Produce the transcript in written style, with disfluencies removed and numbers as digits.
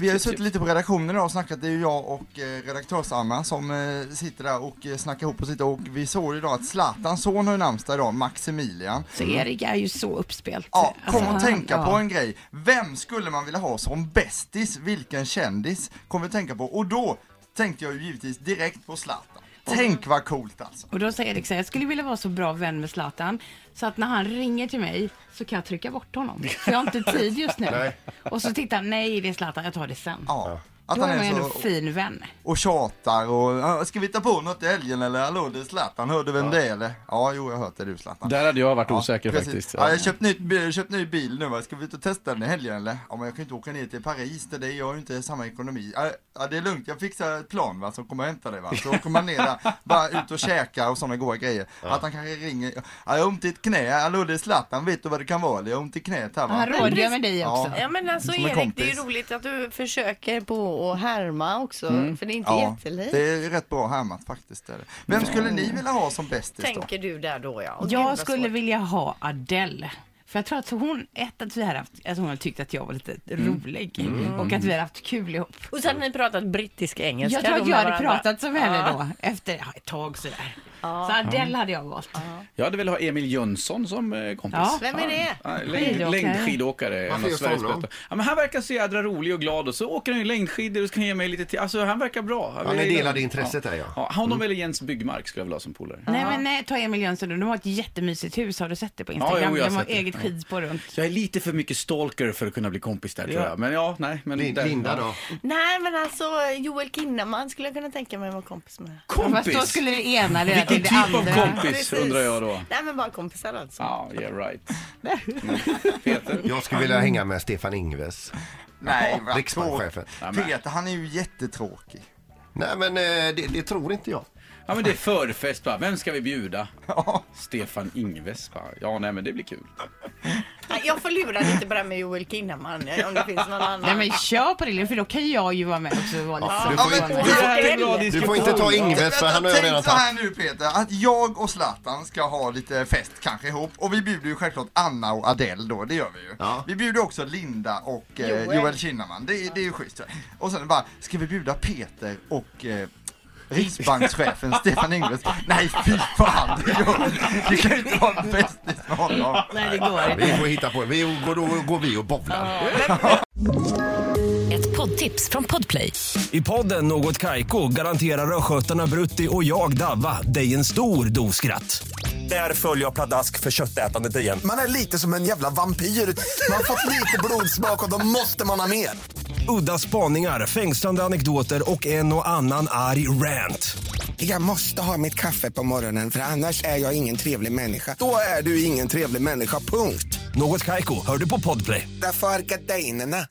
Vi har ju suttit lite på redaktionen idag och snackat. Det är ju jag och redaktörs-Anna som sitter där och snackar ihop och sitter. Och vi såg ju idag att Zlatans son har ju namnsdag idag, Maximilian. Så Erik är ju så uppspelt. Ja, kom och tänka på en grej. Vem skulle man vilja ha som bästis? Vilken kändis kommer vi tänka på? Och då tänkte jag ju givetvis direkt på Zlatan. Tänk vad coolt alltså. Och då säger Erik så här, jag skulle vilja vara så bra vän med Zlatan så att när han ringer till mig så kan jag trycka bort honom. För jag har inte tid just nu. Nej. Och så tittar han, nej det är Zlatan, jag tar det sen. Ja. Att Då är han man är ändå så fin vän. och tjatar och ska vi ta på något i helgen eller hallå det är Zlatan, hörde vem det är eller? Ja, jo jag har hört det, du Zlatan. Där hade jag varit osäker precis. faktiskt. Ja, jag har köpt ny bil nu, va? Ska vi ut och testa den i helgen eller? Ja, men jag kan inte åka ner till Paris, det är jag ju inte samma ekonomi. Ja, det är lugnt, jag fixar ett plan va, som kommer hämta dig va. Så åker man ner där, bara ut och käka och sådana goda grejer. Att han kanske ringer, ja, jag har ont i ett knä, hallå det är Zlatan, vet du vad det kan vara? Jag har ont i knät här va. Han rådgör med dig också. Ja men alltså Som en Erik, kompis. det är roligt att du försöker på att härma också, för det är inte Ja, jättelikt. det är rätt bra härmat faktiskt. Är det. Vem skulle ni vilja ha som bästis då? Tänker du där då ja. Och gud, Jag vad skulle svårt. vilja ha Adele. För jag tror att hon, att vi har haft, att hon har tyckt att jag var lite rolig. Och att vi har haft kul ihop. Och så hade ni pratat brittiska engelska. Jag tror då att med jag hade varandra. pratat som henne då. Efter ett tag sådär. Så Adele hade jag valt. Jag hade väl ha Emil Jönsson som kompis. Ja. Vem är det? Ja, Skidåkare. längdskidåkare. Varför just honom? Ja, men han verkar så jädra rolig och glad och så åker han ju längdskidor och ska ge mig lite till. Alltså han verkar bra. Ja, ni delade intresset där, ja. Ja, honom eller Jens Byggmark skulle jag vilja ha som polare. Nej, ta Emil Jönsson. De har ett jättemysigt hus. Har du sett det på Instagram? Ja, jo, jag har de har sett det. eget skidspår runt. Jag är lite för mycket stalker för att kunna bli kompis där tror jag. Men ja, nej. Men Linda då? Nej men alltså Joel Kinnaman skulle jag kunna tänka mig att vara kompis med. Fast då Kompis? skulle det ena leda Vilken till det typ av andra. kompis Precis. undrar jag då? Nej men bara kompisar alltså. Ja, yeah right. Peter? Jag skulle vilja hänga med Stefan Ingves. Nej, vad Riksbankschefen. tråkigt. Peter, han är ju jättetråkig. Nej men det tror inte jag. Ja men det är förfest va? Vem ska vi bjuda? Ja. Stefan Ingves va? Ja nej men det blir kul. Nej, jag får lura lite på det med Joel Kinnaman om det finns någon annan. Nej men kör på det, för då kan jag ju vara med också och vara lite Du så. får Ja, men- inte, du får inte ta Ingves för han har jag redan Tänk så här tagit. nu Peter, att jag och Zlatan ska ha lite fest kanske ihop. Och vi bjuder ju självklart Anna och Adele då, det gör vi ju. Ja. Vi bjuder också Linda och Joel Kinnaman, det är ju schysst. Och sen bara, ska vi bjuda Peter och Riksbankschefen Stefan Ingves? Nej fy fan, det kan ju inte vara en bästis med honom. Nej det går inte. Vi får hitta på det. Då går vi och bowlar. Ett poddtips från Podplay. I podden Något Kaiko garanterar östgötarna Brutti och jag Davva dig en stor dos skratt. Där följer jag pladask för köttätandet igen. Man är lite som en jävla vampyr. Man har fått lite blodsmak och då måste man ha mer. Udda spaningar, fängslande anekdoter och en och annan arg rant. Jag måste ha mitt kaffe på morgonen för annars är jag ingen trevlig människa. Då är du ingen trevlig människa, punkt. Något Kaiko, hör du på Podplay. Därför är gardinerna.